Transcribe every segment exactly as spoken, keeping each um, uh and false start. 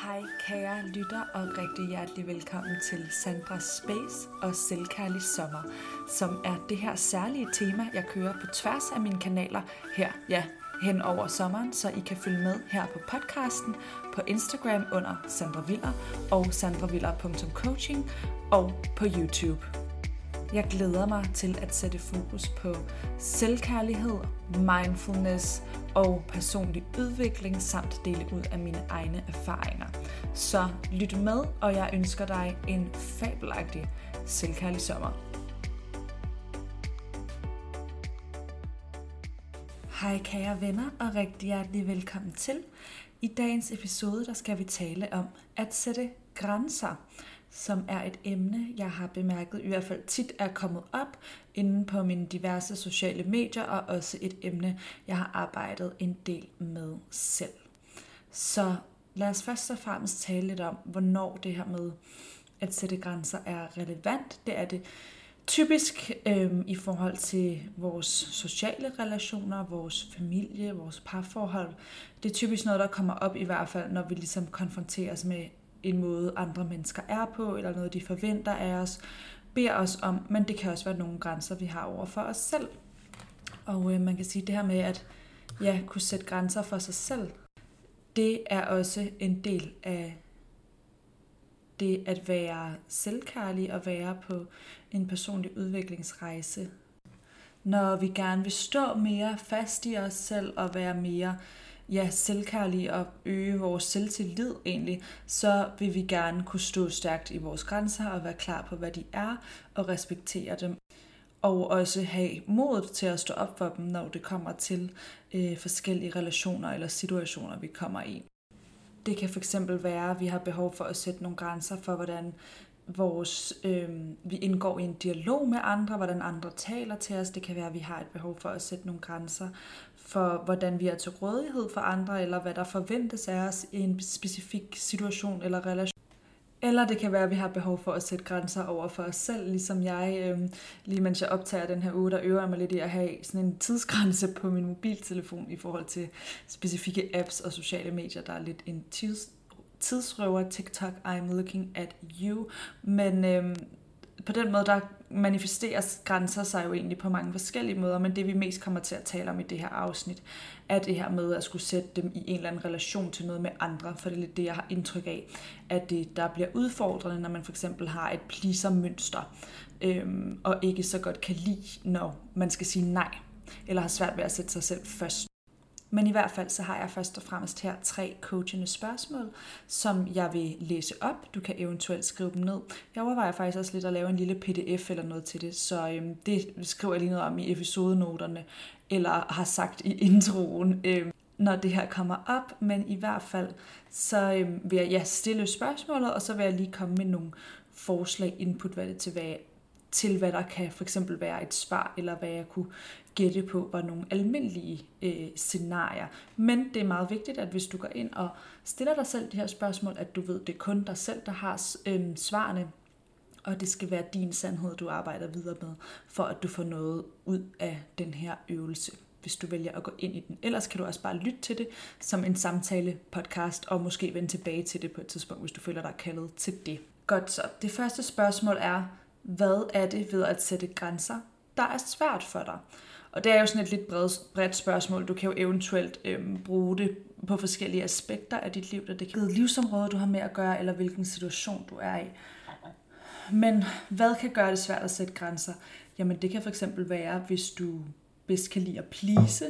Hej kære lytter og rigtig hjertelig velkommen til Sandras Space og Selvkærlig Sommer, som er det her særlige tema, jeg kører på tværs af mine kanaler her, ja, hen over sommeren, så I kan følge med her på podcasten, på Instagram under Sandra Viller og sandraviller punktum coaching og på YouTube. Jeg glæder mig til at sætte fokus på selvkærlighed, mindfulness og personlig udvikling samt dele ud af mine egne erfaringer. Så lyt med, og jeg ønsker dig en fabelagtig selvkærlig sommer. Hej kære venner og rigtig hjertelig velkommen til. I dagens episode der skal vi tale om at sætte grænser, som er et emne, jeg har bemærket i hvert fald tit er kommet op inde på mine diverse sociale medier, og også et emne, jeg har arbejdet en del med selv. Så lad os først og fremmest tale lidt om, hvornår det her med at sætte grænser er relevant. Det er det typisk øhm, i forhold til vores sociale relationer, vores familie, vores parforhold. Det er typisk noget, der kommer op i hvert fald, når vi ligesom konfronteres med en måde, andre mennesker er på, eller noget, de forventer af os, beder os om, men det kan også være nogle grænser, vi har over for os selv. Og øh, man kan sige det her med at ja, kunne sætte grænser for sig selv, det er også en del af det at være selvkærlig og være på en personlig udviklingsrejse. Når vi gerne vil stå mere fast i os selv og være mere ja, selvkærlige og øge vores selvtillid egentlig, så vil vi gerne kunne stå stærkt i vores grænser og være klar på, hvad de er, og respektere dem. Og også have mod til at stå op for dem, når det kommer til øh, forskellige relationer eller situationer, vi kommer i. Det kan fx være, at vi har behov for at sætte nogle grænser for, hvordan vores, øh, vi indgår i en dialog med andre, hvordan andre taler til os. Det kan være, at vi har et behov for at sætte nogle grænser for, hvordan vi er til rådighed for andre, eller hvad der forventes af os i en specifik situation eller relation. Eller det kan være, at vi har behov for at sætte grænser over for os selv, ligesom jeg, øh, lige mens jeg optager den her uge, der øver jeg mig lidt i at have sådan en tidsgrænse på min mobiltelefon i forhold til specifikke apps og sociale medier, der er lidt en tids tidsrøver, TikTok, I'm looking at you. Men øhm, på den måde, der manifesteres grænser sig jo egentlig på mange forskellige måder, men det vi mest kommer til at tale om i det her afsnit, er det her med at skulle sætte dem i en eller anden relation til noget med andre, for det er lidt det, jeg har indtryk af, at det der bliver udfordrende, når man for eksempel har et pleaser-mønster, øhm, og ikke så godt kan lide, når man skal sige nej, eller har svært ved at sætte sig selv først. Men i hvert fald så har jeg først og fremmest her tre coachende spørgsmål, som jeg vil læse op. Du kan eventuelt skrive dem ned. Jeg overvejer faktisk også lidt at lave en lille pdf eller noget til det, så øhm, det skriver jeg lige noget om i episodenoterne, eller har sagt i introen, øhm, når det her kommer op. Men i hvert fald så øhm, vil jeg ja, stille spørgsmålet, og så vil jeg lige komme med nogle forslag, input, hvad det til hvad til hvad der kan for eksempel være et svar, eller hvad jeg kunne gætte på, var nogle almindelige øh, scenarier. Men det er meget vigtigt, at hvis du går ind og stiller dig selv de her spørgsmål, at du ved, det er kun dig selv, der har øh, svarene, og det skal være din sandhed, du arbejder videre med, for at du får noget ud af den her øvelse, hvis du vælger at gå ind i den. Ellers kan du også bare lytte til det som en samtale-podcast, og måske vende tilbage til det på et tidspunkt, hvis du føler dig kaldet til det. Godt, så det første spørgsmål er, hvad er det ved at sætte grænser, der er svært for dig? Og det er jo sådan et lidt bredt, bredt spørgsmål. Du kan jo eventuelt øhm, bruge det på forskellige aspekter af dit liv, der det kan være livsområde, du har med at gøre, eller hvilken situation du er i. Men hvad kan gøre det svært at sætte grænser? Jamen det kan for eksempel være, hvis du bedst kan lide at please.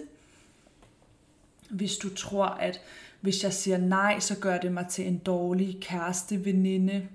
Hvis du tror, at hvis jeg siger nej, så gør det mig til en dårlig kæreste, veninde,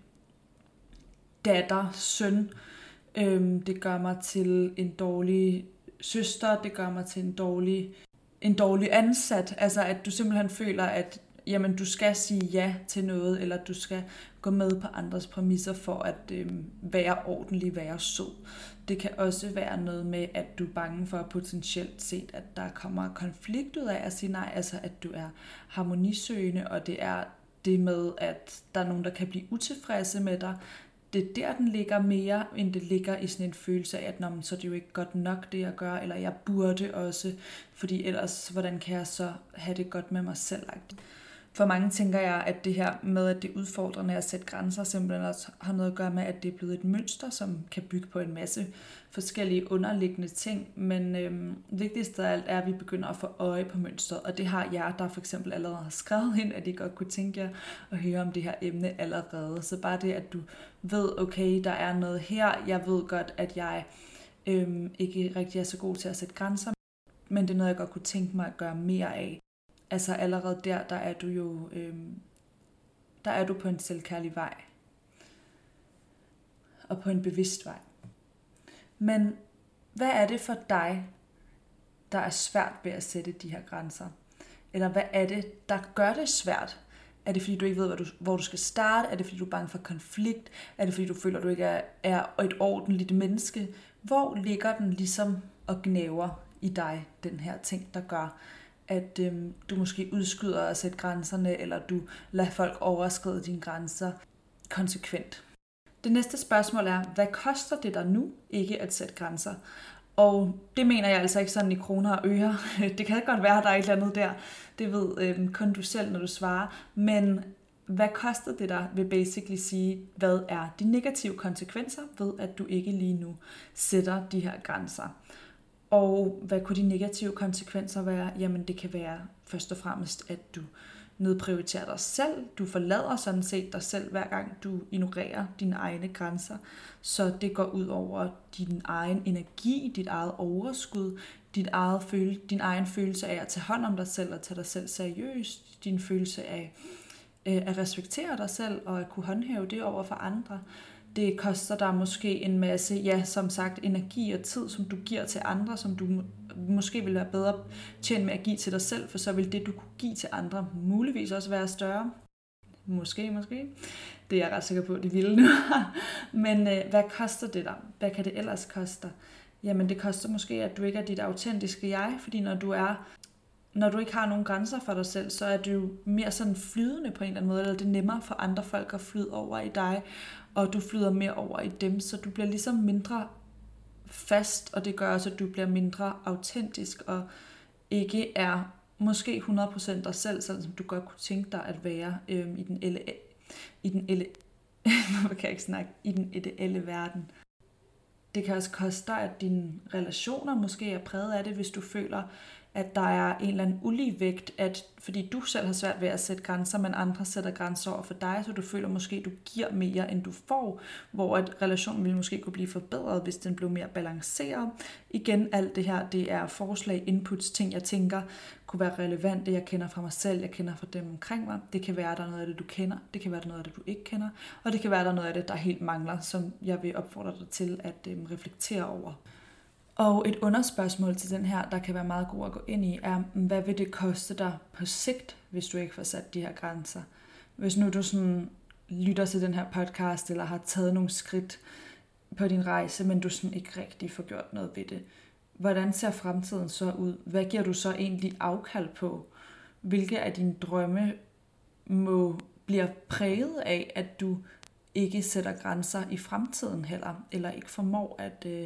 datter, søn. Øhm, det gør mig til en dårlig søster, det gør mig til en dårlig, en dårlig ansat. Altså at du simpelthen føler, at jamen, du skal sige ja til noget, eller du skal gå med på andres præmisser for at øhm, være ordentlig, være sød. Det kan også være noget med, at du er bange for potentielt set, at der kommer konflikt ud af at sige nej, altså at du er harmonisøgende, og det er det med, at der er nogen, der kan blive utilfredse med dig. Det er der, den ligger mere, end det ligger i sådan en følelse af, at nå, så er det jo ikke godt nok, det jeg gør, eller jeg burde også, fordi ellers, hvordan kan jeg så have det godt med mig selv? For mange tænker jeg, at det her med, at det er udfordrende at sætte grænser, simpelthen også har noget at gøre med, at det er blevet et mønster, som kan bygge på en masse forskellige underliggende ting. Men øhm, vigtigst af alt er, at vi begynder at få øje på mønstret, og det har jer, der for eksempel allerede har skrevet ind, at I godt kunne tænke jer at høre om det her emne allerede. Så bare det, at du ved, okay, der er noget her, jeg ved godt, at jeg øhm, ikke rigtig er så god til at sætte grænser, men det er noget, jeg godt kunne tænke mig at gøre mere af. Altså allerede der, der er du jo øhm, der er du på en selvkærlig vej. Og på en bevidst vej. Men hvad er det for dig, der er svært ved at sætte de her grænser? Eller hvad er det, der gør det svært? Er det fordi, du ikke ved, hvor du, hvor du skal starte? Er det fordi, du er bange for konflikt? Er det fordi, du føler, at du ikke er, er et ordentligt menneske? Hvor ligger den ligesom og gnæver i dig, den her ting, der gør, at øhm, du måske udskyder at sætte grænserne, eller du lader folk overskride dine grænser konsekvent? Det næste spørgsmål er, hvad koster det dig nu ikke at sætte grænser? Og det mener jeg altså ikke sådan i kroner og øre. Det kan godt være, at der er et eller andet der. Det ved øhm, kun du selv, når du svarer. Men hvad koster det dig, vil basically sige, hvad er de negative konsekvenser ved, at du ikke lige nu sætter de her grænser? Og hvad kunne de negative konsekvenser være? Jamen det kan være først og fremmest, at du nedprioriterer dig selv. Du forlader sådan set dig selv, hver gang du ignorerer dine egne grænser. Så det går ud over din egen energi, dit eget overskud, dit eget føle, din egen følelse af at tage hånd om dig selv og tage dig selv seriøst. Din følelse af øh, at respektere dig selv og at kunne håndhæve det over for andre. Det koster dig måske en masse, ja, som sagt, energi og tid, som du giver til andre, som du måske vil være bedre tjent med at give til dig selv, for så vil det, du kunne give til andre, muligvis også være større. Måske, måske. Det er jeg ret sikker på, at det ville nu. Men øh, hvad koster det dig? Hvad kan det ellers koste? Jamen, det koster måske, at du ikke er dit autentiske jeg, fordi når du er Når du ikke har nogen grænser for dig selv, så er du mere sådan flydende på en eller anden måde, eller det er nemmere for andre folk at flyde over i dig, og du flyder mere over i dem, så du bliver ligesom mindre fast, og det gør også, at du bliver mindre autentisk, og ikke er måske hundrede procent dig selv, sådan som du godt kunne tænke dig at være øhm, i den elle, i den elle, hvorfor kan jeg ikke snakke, i den ideelle verden. Det kan også koste dig, at dine relationer måske er præget af det, hvis du føler, at der er en eller anden uligevægt, at fordi du selv har svært ved at sætte grænser, men andre sætter grænser over for dig, så du føler måske, at du giver mere, end du får, hvor at relationen ville måske kunne blive forbedret, hvis den blev mere balanceret. Igen, alt det her, det er forslag, inputs, ting, jeg tænker kunne være relevante. Jeg kender fra mig selv, jeg kender fra dem omkring mig. Det kan være, der er noget af det, du kender. Det kan være, der er noget af det, du ikke kender. Og det kan være, der er noget af det, der helt mangler, som jeg vil opfordre dig til at øhm, reflektere over. Og et underspørgsmål til den her, der kan være meget god at gå ind i, er, hvad vil det koste dig på sigt, hvis du ikke får sat de her grænser? Hvis nu du sådan lytter til den her podcast, eller har taget nogle skridt på din rejse, men du sådan ikke rigtig får gjort noget ved det. Hvordan ser fremtiden så ud? Hvad giver du så egentlig afkald på? Hvilke af dine drømme må bliver præget af, at du ikke sætter grænser i fremtiden heller, eller ikke formår at... Øh,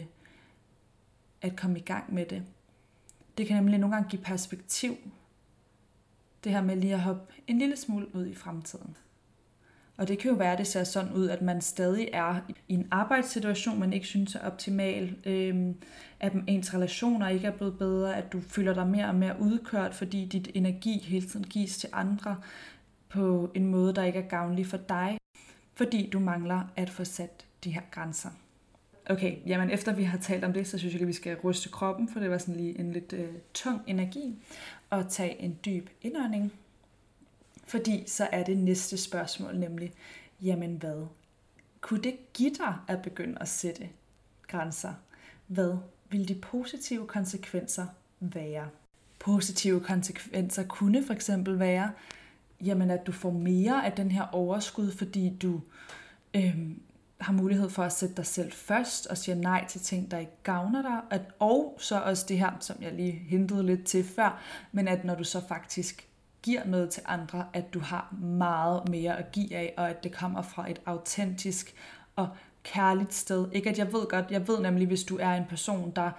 at komme i gang med det. Det kan nemlig nogle gange give perspektiv. Det her med lige at hoppe en lille smule ud i fremtiden. Og det kan jo være, at det ser sådan ud, at man stadig er i en arbejdssituation, man ikke synes er optimal, øhm, at ens relationer ikke er blevet bedre, at du føler dig mere og mere udkørt, fordi dit energi hele tiden gives til andre på en måde, der ikke er gavnlig for dig, fordi du mangler at få sat de her grænser. Okay, jamen efter vi har talt om det, så synes jeg, at vi skal ryste kroppen, for det var sådan lige en lidt øh, tung energi, og tage en dyb indånding. Fordi så er det næste spørgsmål nemlig, jamen hvad? Kunne det give dig at begynde at sætte grænser? Hvad vil de positive konsekvenser være? Positive konsekvenser kunne for eksempel være, jamen at du får mere af den her overskud, fordi du... Øh, har mulighed for at sætte dig selv først og siger nej til ting, der ikke gavner dig. At, og så også det her, som jeg lige hintede lidt til før, men at når du så faktisk giver noget til andre, at du har meget mere at give af, og at det kommer fra et autentisk og kærligt sted. Ikke at jeg ved godt, jeg ved nemlig, hvis du er en person, der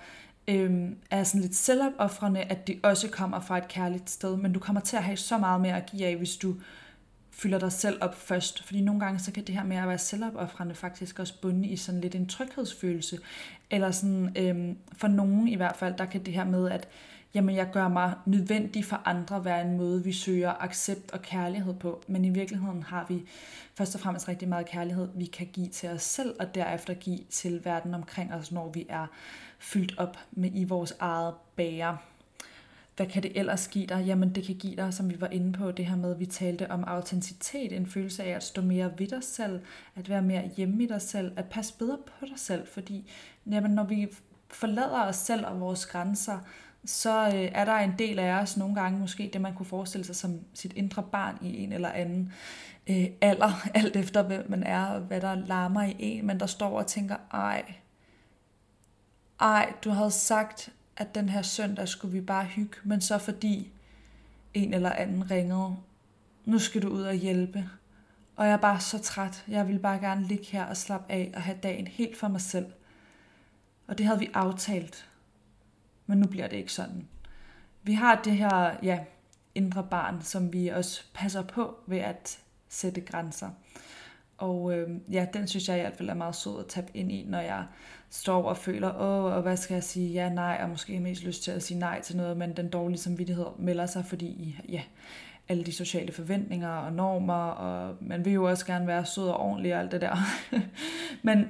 øhm, er sådan lidt selvopoffrende, at det også kommer fra et kærligt sted, men du kommer til at have så meget mere at give af, hvis du fylder dig selv op først. Fordi nogle gange, så kan det her med at være selvopoffrende faktisk også bunde i sådan lidt en tryghedsfølelse. Eller sådan, øhm, for nogen i hvert fald, der kan det her med, at jamen, jeg gør mig nødvendig for andre være en måde, vi søger accept og kærlighed på. Men i virkeligheden har vi først og fremmest rigtig meget kærlighed, vi kan give til os selv, og derefter give til verden omkring os, når vi er fyldt op med i vores eget bære. Hvad kan det ellers give dig? Jamen det kan give dig, som vi var inde på, det her med, at vi talte om autenticitet, en følelse af at stå mere ved dig selv, at være mere hjemme i dig selv, at passe bedre på dig selv, fordi jamen, når vi forlader os selv og vores grænser, så øh, er der en del af os nogle gange måske det, man kunne forestille sig som sit indre barn i en eller anden øh, alder, alt efter hvem man er og hvad der larmer i en, men der står og tænker, ej, ej, du havde sagt, at den her søndag skulle vi bare hygge, men så fordi en eller anden ringede, nu skal du ud og hjælpe, og jeg er bare så træt, jeg vil bare gerne ligge her og slappe af og have dagen helt for mig selv. Og det havde vi aftalt, men nu bliver det ikke sådan. Vi har det her ja, indre barn, som vi også passer på ved at sætte grænser. Og øh, ja, den synes jeg i hvert fald er meget sød at tabe ind i, når jeg står og føler, åh, og hvad skal jeg sige, ja, nej, og måske mest lyst til at sige nej til noget, men den dårlige samvittighed melder sig, fordi ja, alle de sociale forventninger og normer, og man vil jo også gerne være sød og ordentlig og alt det der. Men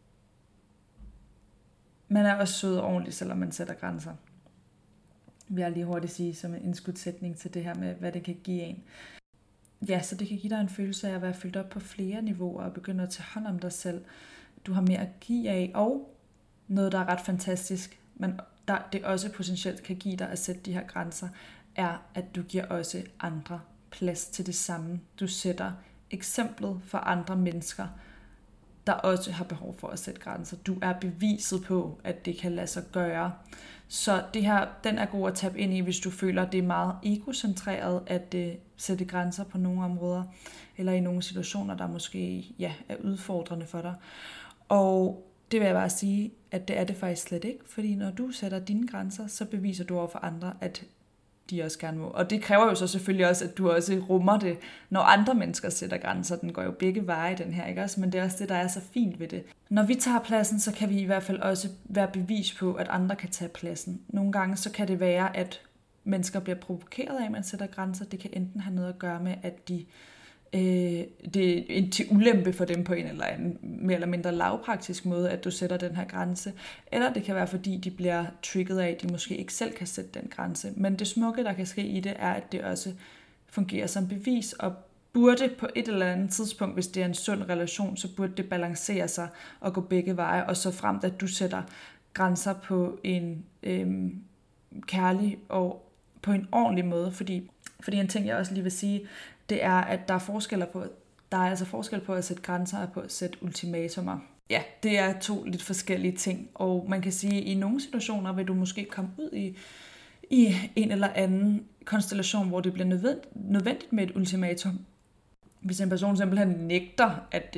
man er også sød og ordentlig, selvom man sætter grænser. vil jeg lige hurtigt sige som en indskudsætning til det her med, hvad det kan give en. Ja, så det kan give dig en følelse af at være fyldt op på flere niveauer og begynde at tage hånd om dig selv. Du har mere at give af, og noget, der er ret fantastisk, men der, det også potentielt kan give dig at sætte de her grænser, er, at du giver også andre plads til det samme. Du sætter eksemplet for andre mennesker, der også har behov for at sætte grænser. Du er beviset på, at det kan lade sig gøre. Så det her, den er god at tabe ind i, hvis du føler, at det er meget egocentreret at uh, sætte grænser på nogle områder, eller i nogle situationer, der måske ja, er udfordrende for dig. Og det vil jeg bare sige, at det er det faktisk slet ikke, fordi når du sætter dine grænser, så beviser du over for andre, at de også gerne må. Og det kræver jo så selvfølgelig også, at du også rummer det, når andre mennesker sætter grænser. Den går jo begge veje, den her, ikke også? Men det er også det, der er så fint ved det. Når vi tager pladsen, så kan vi i hvert fald også være bevis på, at andre kan tage pladsen. Nogle gange så kan det være, at mennesker bliver provokeret af, at man sætter grænser. Det kan enten have noget at gøre med, at de øh, det er en til ulempe for dem på en eller anden mere eller mindre lavpraktisk måde, at du sætter den her grænse. Eller det kan være, fordi de bliver trigget af, at de måske ikke selv kan sætte den grænse. Men det smukke, der kan ske i det, er, at det også fungerer som bevis, og burde på et eller andet tidspunkt, hvis det er en sund relation, så burde det balancere sig og gå begge veje, og så frem, at du sætter grænser på en øhm, kærlig og på en ordentlig måde, fordi, fordi en ting, jeg også lige vil sige, det er, at der er forskel på, der er altså forskel på at sætte grænser og på at sætte ultimatumer. Ja, det er to lidt forskellige ting, og man kan sige, at i nogle situationer vil du måske komme ud i, i en eller anden konstellation, hvor det bliver nødvendigt, nødvendigt med et ultimatum. Hvis en person simpelthen nægter at,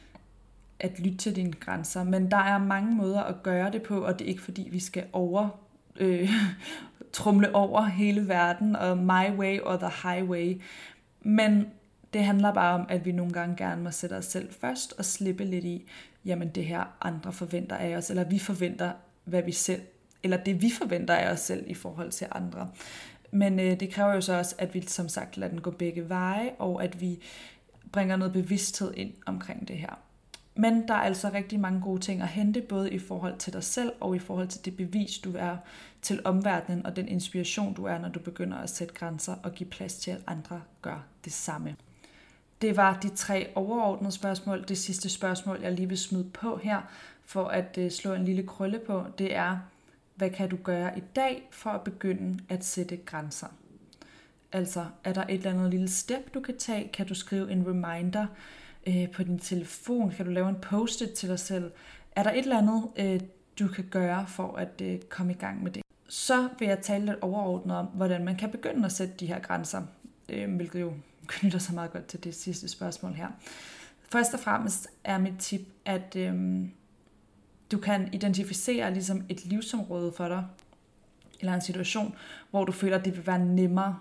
at lytte til dine grænser, men der er mange måder at gøre det på, og det er ikke fordi, vi skal over øh, trumle over hele verden, og my way or the highway. Men det handler bare om, at vi nogle gange gerne må sætte os selv først og slippe lidt i, jamen det her andre forventer af os, eller vi forventer, hvad vi selv, eller det vi forventer af os selv i forhold til andre. Men øh, det kræver jo så også, at vi som sagt lader den gå begge veje, og at vi bringer noget bevidsthed ind omkring det her. Men der er altså rigtig mange gode ting at hente, både i forhold til dig selv og i forhold til det bevis, du er til omverdenen, og den inspiration, du er, når du begynder at sætte grænser og give plads til, at andre gør det samme. Det var de tre overordnede spørgsmål. Det sidste spørgsmål, jeg lige vil smide på her, for at uh, slå en lille krølle på, det er, hvad kan du gøre i dag for at begynde at sætte grænser? Altså, er der et eller andet lille step, du kan tage? Kan du skrive en reminder øh, på din telefon? Kan du lave en post-it til dig selv? Er der et eller andet, øh, du kan gøre for at øh, komme i gang med det? Så vil jeg tale lidt overordnet om, hvordan man kan begynde at sætte de her grænser, øh, hvilket jo knytter sig meget godt til det sidste spørgsmål her. Først og fremmest er mit tip, at øh, du kan identificere ligesom et livsområde for dig, eller en situation, hvor du føler, at det vil være nemmere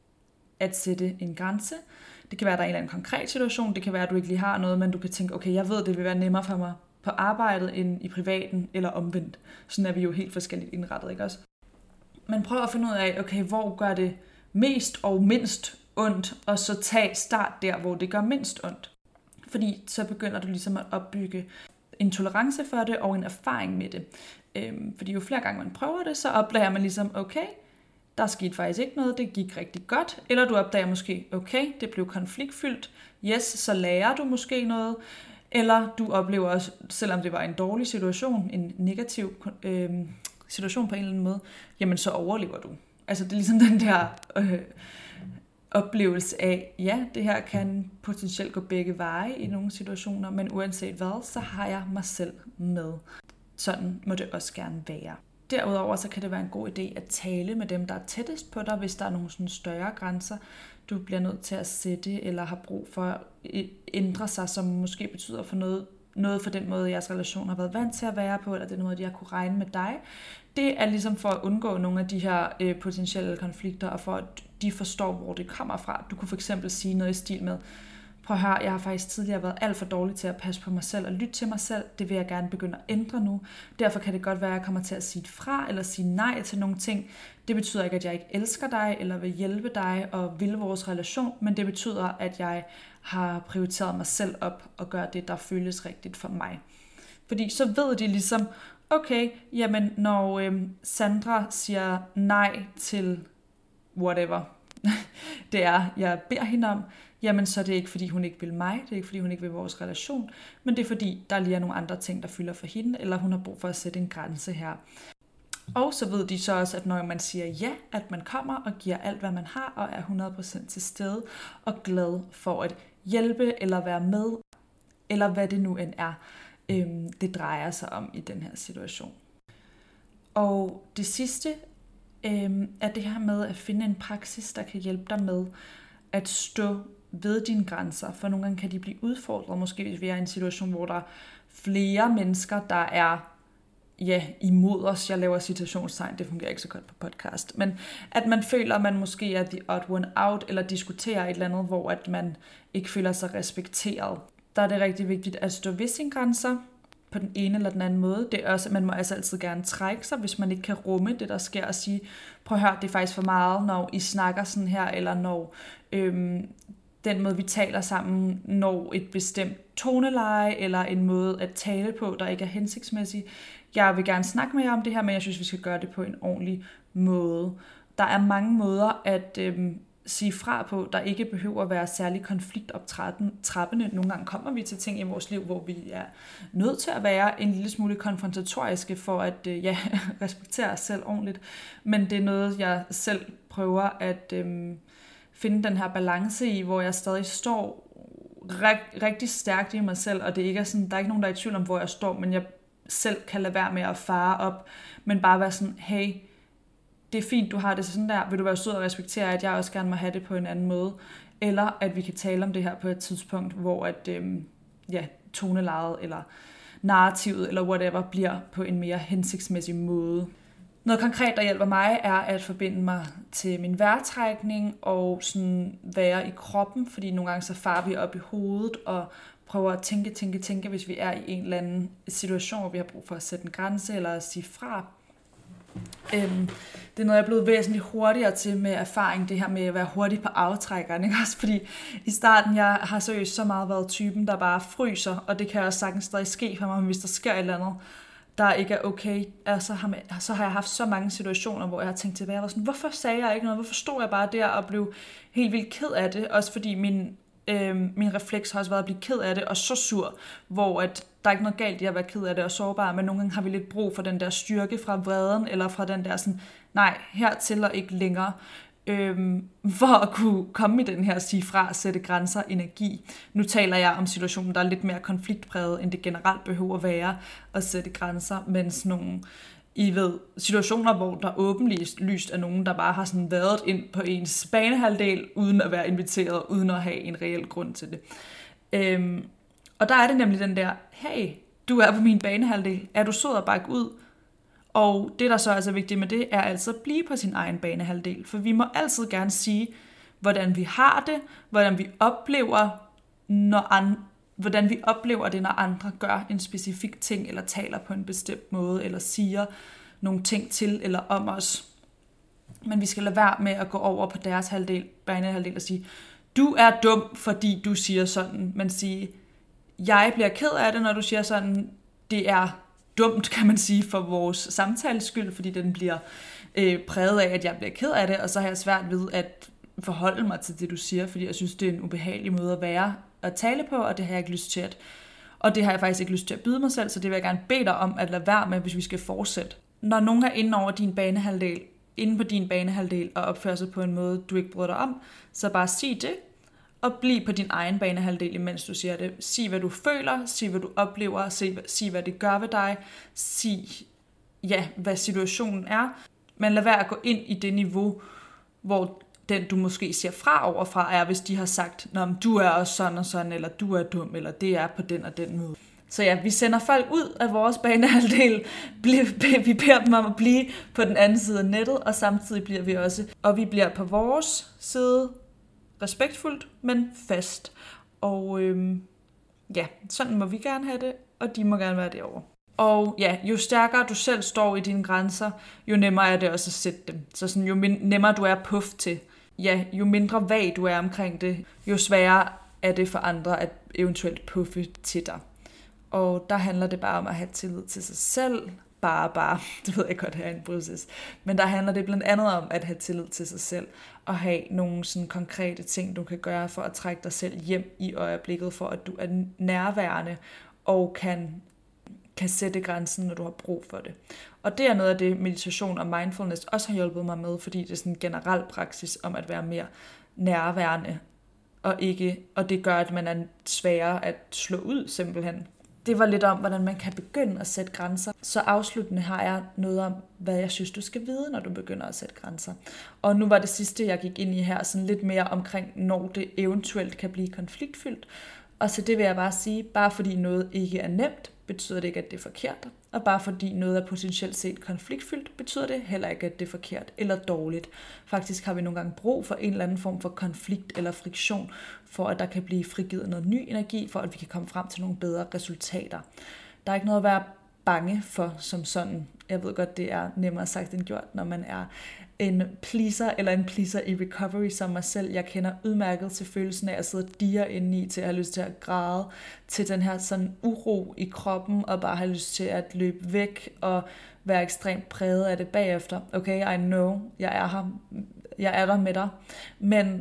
at sætte en grænse. Det kan være, at der er en eller anden konkret situation, det kan være, at du ikke lige har noget, men du kan tænke, okay, jeg ved, det vil være nemmere for mig på arbejdet end i privaten, eller omvendt. Sådan er vi jo helt forskelligt indrettet, ikke også? Men prøv at finde ud af, okay, hvor gør det mest og mindst ondt, og så tag start der, hvor det gør mindst ondt. Fordi så begynder du ligesom at opbygge en tolerance for det og en erfaring med det. Øhm, fordi jo flere gange man prøver det, så opdager man ligesom, okay, der skete faktisk ikke noget, det gik rigtig godt. Eller du opdager måske, okay, det blev konfliktfyldt. Yes, så lærer du måske noget. Eller du oplever også, selvom det var en dårlig situation, en negativ øh, situation på en eller anden måde, jamen så overlever du. Altså det er ligesom den der øh, oplevelse af, ja, det her kan potentielt gå begge veje i nogle situationer, men uanset hvad, så har jeg mig selv med. Sådan må det også gerne være. Derudover så kan det være en god idé at tale med dem, der er tættest på dig, hvis der er nogle sådan større grænser, du bliver nødt til at sætte, eller har brug for at ændre sig, som måske betyder for noget, noget for den måde, jeres relation har været vant til at være på, eller den måde, de har kunne regne med dig. Det er ligesom for at undgå nogle af de her øh, potentielle konflikter, og for at de forstår, hvor det kommer fra. Du kunne for eksempel sige noget i stil med, prøv at høre, jeg har faktisk tidligere været alt for dårlig til at passe på mig selv og lytte til mig selv. Det vil jeg gerne begynde at ændre nu. Derfor kan det godt være, at jeg kommer til at sige fra eller sige nej til nogle ting. Det betyder ikke, at jeg ikke elsker dig eller vil hjælpe dig og vil vores relation, men det betyder, at jeg har prioriteret mig selv op og gør det, der føles rigtigt for mig. Fordi så ved de ligesom, okay, jamen når øhm, Sandra siger nej til whatever, det er, jeg beder hende om, jamen så er det ikke, fordi hun ikke vil mig, det er ikke, fordi hun ikke vil vores relation, men det er, fordi der lige er nogle andre ting, der fylder for hende, eller hun har brug for at sætte en grænse her. Og så ved de så også, at når man siger ja, at man kommer og giver alt, hvad man har, og er hundrede procent til stede, og glad for at hjælpe, eller være med, eller hvad det nu end er, øhm, det drejer sig om i den her situation. Og det sidste øhm, er det her med at finde en praksis, der kan hjælpe dig med at stå ved dine grænser, for nogle gange kan de blive udfordret, måske hvis vi er i en situation, hvor der er flere mennesker, der er ja, imod os. Jeg laver citationstegn, det fungerer ikke så godt på podcast, men at man føler, at man måske er the odd one out, eller diskuterer et eller andet, hvor at man ikke føler sig respekteret. Der er det rigtig vigtigt at stå ved sine grænser, på den ene eller den anden måde. Det er også, at man må altså altid gerne trække sig, hvis man ikke kan rumme det, der sker, og sige, prøv at høre, det er faktisk for meget, når I snakker sådan her, eller når øhm, den måde, vi taler sammen, når et bestemt toneleje, eller en måde at tale på, der ikke er hensigtsmæssig. Jeg vil gerne snakke med jer om det her, men jeg synes, vi skal gøre det på en ordentlig måde. Der er mange måder at øhm, sige fra på, der ikke behøver at være særlig konfliktoptrappende. Nogle gange kommer vi til ting i vores liv, hvor vi er nødt til at være en lille smule konfrontatoriske for at øh, ja, respektere os selv ordentligt. Men det er noget, jeg selv prøver at øh, finde den her balance i, hvor jeg stadig står rigt, rigtig stærkt i mig selv, og det ikke er sådan, der er ikke nogen, der er i tvivl om, hvor jeg står, men jeg selv kan lade være med at fare op, men bare være sådan, hey, det er fint, du har det sådan der, vil du være sød og respektere, at jeg også gerne må have det på en anden måde, eller at vi kan tale om det her på et tidspunkt, hvor at, øhm, ja, tonelejet eller narrativet eller whatever bliver på en mere hensigtsmæssig måde. Noget konkret, der hjælper mig, er at forbinde mig til min vejrtrækning og sådan være i kroppen, fordi nogle gange så farer vi op i hovedet og prøver at tænke, tænke, tænke, hvis vi er i en eller anden situation, hvor vi har brug for at sætte en grænse eller at sige fra. Øhm, det er noget, jeg er blevet væsentligt hurtigere til med erfaring, det her med at være hurtig på aftrækkeren, ikke også? Fordi i starten, jeg har seriøst så meget været typen, der bare fryser, og det kan også sagtens stadig ske for mig, hvis der sker et eller andet, der ikke er okay. Altså, så har jeg haft så mange situationer, hvor jeg har tænkt tilbage, jeg var sådan, hvorfor sagde jeg ikke noget? Hvorfor stod jeg bare der og blev helt vildt ked af det? Også fordi min, øh, min refleks har også været at blive ked af det, og så sur, hvor at der er ikke noget galt i at være ked af det og sårbar, men nogle gange har vi lidt brug for den der styrke fra vreden, eller fra den der sådan, nej, hertil og ikke længere, øhm, for at kunne komme i den her sige fra, sætte grænser, energi. Nu taler jeg om situationen, der er lidt mere konfliktpræget, end det generelt behøver at være, at sætte grænser, mens nogle, I ved, situationer, hvor der åbenlyst lyst er nogen, der bare har sådan været ind på ens banehalvdel, uden at være inviteret, uden at have en reel grund til det. Øhm, Og der er det nemlig den der, hey, du er på min banehalvdel. Er du sød at bakke ud? Og det, der så er altså vigtigt med det, er altså at blive på sin egen banehalvdel. For vi må altid gerne sige, hvordan vi har det, hvordan vi oplever, når andre, hvordan vi oplever det, når andre gør en specifik ting, eller taler på en bestemt måde, eller siger nogle ting til eller om os. Men vi skal lade være med at gå over på deres halvdel, banehalvdel og sige, du er dum, fordi du siger sådan. Men sige, jeg bliver ked af det, når du siger sådan. Det er dumt, kan man sige, for vores samtales skyld, fordi den bliver øh, præget af, at jeg bliver ked af det, og så har jeg svært ved at forholde mig til det, du siger, fordi jeg synes, det er en ubehagelig måde at være at tale på, og det har jeg ikke lyst til at, og det har jeg faktisk ikke lyst til at byde mig selv, så det vil jeg gerne bede dig om at lade være med, hvis vi skal fortsætte. Når nogen er inde over din banehalvdel, inde på din banehalvdel, og opfører sig på en måde, du ikke bryder dig om, så bare sig det, og bliv på din egen banehalvdel, imens du siger det. Sig, hvad du føler, sig, hvad du oplever, sig, sig hvad det gør ved dig, sig, ja, hvad situationen er, men lad være at gå ind i det niveau, hvor den, du måske siger fra overfra, er, hvis de har sagt, nå, du er også sådan og sådan, eller du er dum, eller det er på den og den måde. Så ja, vi sender folk ud af vores banehalvdel, vi beder dem om at blive på den anden side af nettet, og samtidig bliver vi også, og vi bliver på vores side, respektfuldt, men fast. Og øhm, ja, sådan må vi gerne have det, og de må gerne være derovre. Og ja, jo stærkere du selv står i dine grænser, jo nemmere er det også at sætte dem. Så sådan, jo min- nemmere du er puff til, ja, jo mindre vag du er omkring det, jo sværere er det for andre at eventuelt puffe til dig. Og der handler det bare om at have tillid til sig selv. Bare, bare, det ved jeg godt, her er en proces. Men der handler det blandt andet om at have tillid til sig selv, og have nogle sådan konkrete ting, du kan gøre for at trække dig selv hjem i øjeblikket, for at du er nærværende og kan, kan sætte grænsen, når du har brug for det. Og det er noget af det, meditation og mindfulness også har hjulpet mig med, fordi det er sådan en generel praksis om at være mere nærværende, og, ikke, og det gør, at man er sværere at slå ud simpelthen. Det var lidt om, hvordan man kan begynde at sætte grænser. Så afsluttende har jeg noget om, hvad jeg synes, du skal vide, når du begynder at sætte grænser. Og nu var det sidste, jeg gik ind i her, sådan lidt mere omkring, når det eventuelt kan blive konfliktfyldt. Og så det vil jeg bare sige, bare fordi noget ikke er nemt, betyder det ikke, at det er forkert. Og bare fordi noget er potentielt set konfliktfyldt, betyder det heller ikke, at det er forkert eller dårligt. Faktisk har vi nogle gange brug for en eller anden form for konflikt eller friktion, for at der kan blive frigivet noget ny energi, for at vi kan komme frem til nogle bedre resultater. Der er ikke noget at være bange for som sådan. Jeg ved godt, det er nemmere sagt end gjort, når man er en pleaser eller en pleaser i recovery som mig selv. Jeg kender udmærket til følelsen af at sidde og dirre indeni, til at have lyst til at græde, til den her sådan uro i kroppen, og bare have lyst til at løbe væk og være ekstremt præget af det bagefter. Okay, I know, jeg er her, jeg er der med dig, men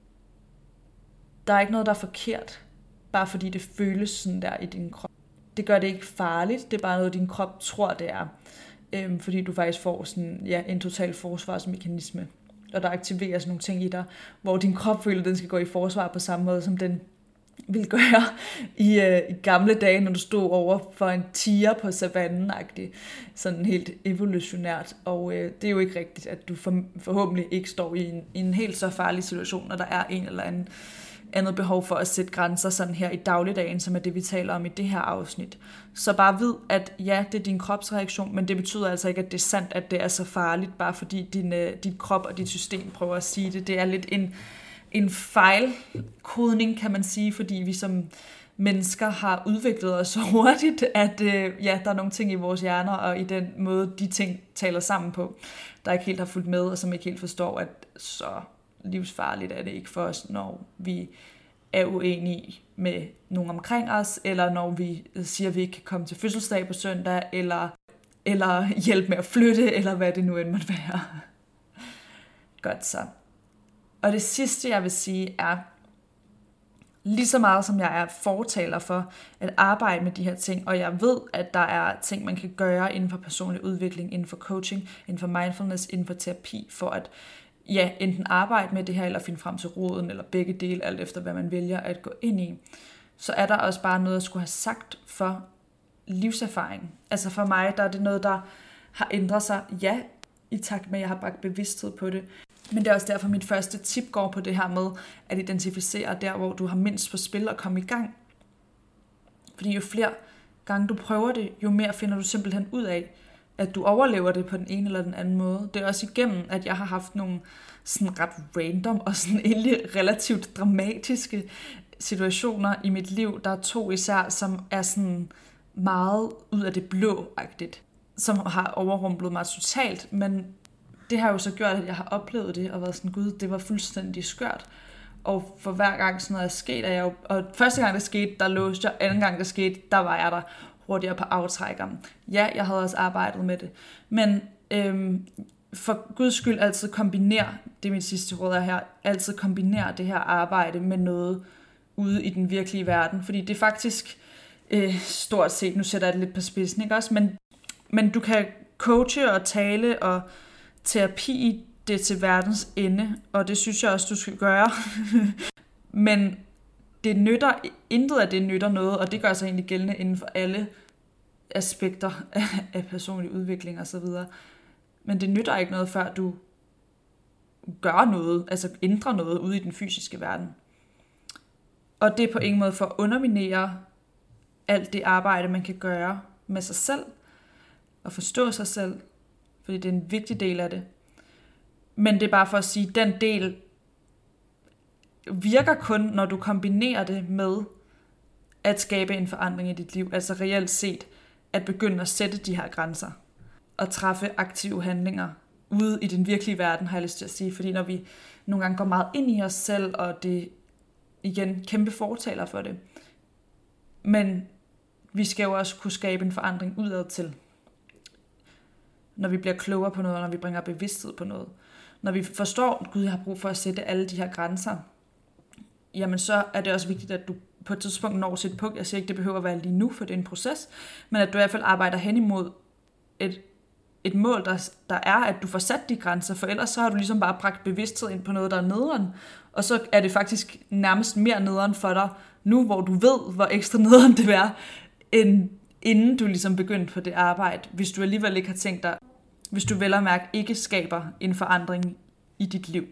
der er ikke noget, der er forkert, bare fordi det føles sådan der i din krop. Det gør det ikke farligt, det er bare noget, din krop tror, det er. Øhm, fordi du faktisk får sådan, ja, en total forsvarsmekanisme, og der aktiveres nogle ting i dig, hvor din krop føler, at den skal gå i forsvar på samme måde, som den ville gøre i, øh, i gamle dage, når du stod over for en tiger på savannen-agtigt, sådan helt evolutionært. Og øh, det er jo ikke rigtigt, at du for, forhåbentlig ikke står i en, i en helt så farlig situation, når der er en eller anden andet behov for at sætte grænser sådan her i dagligdagen, som er det, vi taler om i det her afsnit. Så bare vid, at ja, det er din kropsreaktion, men det betyder altså ikke, at det er sandt, at det er så farligt, bare fordi din, din krop og dit system prøver at sige det. Det er lidt en, en fejlkodning, kan man sige, fordi vi som mennesker har udviklet os så hurtigt, at ja, der er nogle ting i vores hjerner, og i den måde, de ting taler sammen på, der ikke helt har fulgt med, og som ikke helt forstår, at så livsfarligt er det ikke for os, når vi er uenige med nogen omkring os, eller når vi siger, at vi ikke kan komme til fødselsdag på søndag, eller, eller hjælpe med at flytte, eller hvad det nu end måtte være. Godt så. Og det sidste, jeg vil sige, er, lige så meget som jeg er fortaler for at arbejde med de her ting, og jeg ved, at der er ting, man kan gøre inden for personlig udvikling, inden for coaching, inden for mindfulness, inden for terapi, for at ja, enten arbejde med det her, eller finde frem til roden, eller begge dele, alt efter hvad man vælger at gå ind i, så er der også bare noget, at skulle have sagt for livserfaring. Altså for mig, der er det noget, der har ændret sig, ja, i takt med, at jeg har bragt bevidsthed på det. Men det er også derfor, mit første tip går på det her med at identificere der, hvor du har mindst på spil og komme i gang. Fordi jo flere gange du prøver det, jo mere finder du simpelthen ud af, at du overlever det på den ene eller den anden måde. Det er også igennem, at jeg har haft nogle sådan ret random og sådan egentlig relativt dramatiske situationer i mit liv. Der er to især, som er sådan meget ud af det blå-agtigt, som har overrumplet mig totalt, men det har jo så gjort, at jeg har oplevet det og været sådan, gud, det var fuldstændig skørt. Og for hver gang sådan noget er sket, er jeg jo, og første gang det skete, der låste jeg, anden gang det skete, der var jeg der hurtigere på aftrækkeren. Ja, jeg havde også arbejdet med det, men øhm, for guds skyld altid kombinere, det er mit sidste råd er her, altid kombinere det her arbejde med noget ude i den virkelige verden, fordi det er faktisk øh, stort set, nu sætter jeg det lidt på spidsen, ikke også, men, men du kan coache og tale og terapi det til verdens ende, og det synes jeg også, du skal gøre. Men det nytter, intet af det nytter noget, og det gør sig egentlig gældende inden for alle aspekter af personlig udvikling og så videre. Men det nytter ikke noget, før du gør noget, altså ændrer noget ude i den fysiske verden. Og det er på ingen måde for at underminere alt det arbejde, man kan gøre med sig selv, og forstå sig selv, fordi det er en vigtig del af det. Men det er bare for at sige, at den del virker kun, når du kombinerer det med at skabe en forandring i dit liv. Altså reelt set at begynde at sætte de her grænser og træffe aktive handlinger ude i den virkelige verden, har jeg lyst til at sige. Fordi når vi nogle gange går meget ind i os selv, og det igen kæmpe fortaler for det. Men vi skal jo også kunne skabe en forandring udad til. Når vi bliver klogere på noget, når vi bringer bevidsthed på noget. Når vi forstår, at Gud, jeg har brug for at sætte alle de her grænser, jamen så er det også vigtigt, at du på et tidspunkt når til et punkt, jeg siger ikke, det behøver at være lige nu, for det er en proces, men at du i hvert fald arbejder hen imod et, et mål, der, der er, at du får sat de grænser, for ellers så har du ligesom bare bragt bevidsthed ind på noget, der er nederen, og så er det faktisk nærmest mere nederen for dig, nu hvor du ved, hvor ekstra nederen det er, end inden du ligesom begyndte på det arbejde, hvis du alligevel ikke har tænkt dig, hvis du vel at mærke ikke skaber en forandring i dit liv.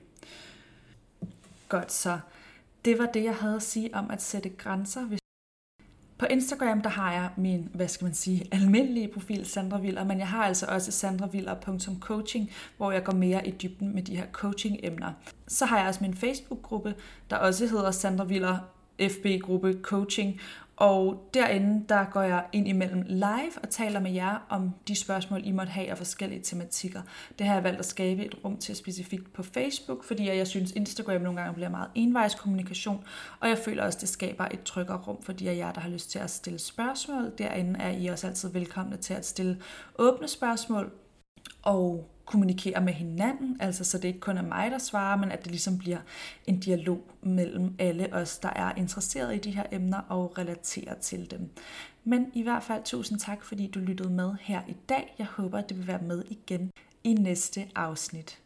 Godt, så det var det, jeg havde at sige om at sætte grænser. På Instagram, der har jeg min, hvad skal man sige, almindelige profil, Sandra Viller, men jeg har altså også sandraviller punktum coaching, hvor jeg går mere i dybden med de her coaching-emner. Så har jeg også min Facebook-gruppe, der også hedder Sandra Viller F B-gruppe Coaching, og derinde, der går jeg ind imellem live og taler med jer om de spørgsmål, I måtte have af forskellige tematikker. Det har jeg valgt at skabe et rum til specifikt på Facebook, fordi jeg synes, Instagram nogle gange bliver meget envejskommunikation, og jeg føler også, det skaber et tryggere rum for de af jer, der har lyst til at stille spørgsmål. Derinde er I også altid velkomne til at stille åbne spørgsmål og kommunikere med hinanden, altså så det ikke kun er mig, der svarer, men at det ligesom bliver en dialog mellem alle os, der er interesseret i de her emner og relaterer til dem. Men i hvert fald tusind tak, fordi du lyttede med her i dag. Jeg håber, at det vil være med igen i næste afsnit.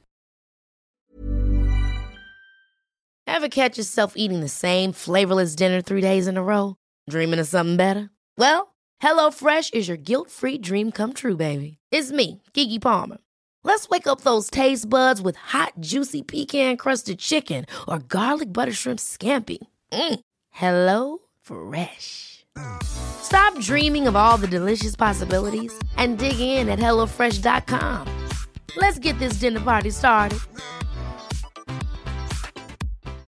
Ever catch yourself eating the same flavorless dinner three days in a row? Dreaming of something better? Well, HelloFresh is your guilt-free dream come true, baby. It's me, Keke Palmer. Let's wake up those taste buds with hot, juicy pecan-crusted chicken or garlic butter shrimp scampi. Mm. Hello Fresh. Stop dreaming of all the delicious possibilities and dig in at hello fresh dot com. Let's get this dinner party started.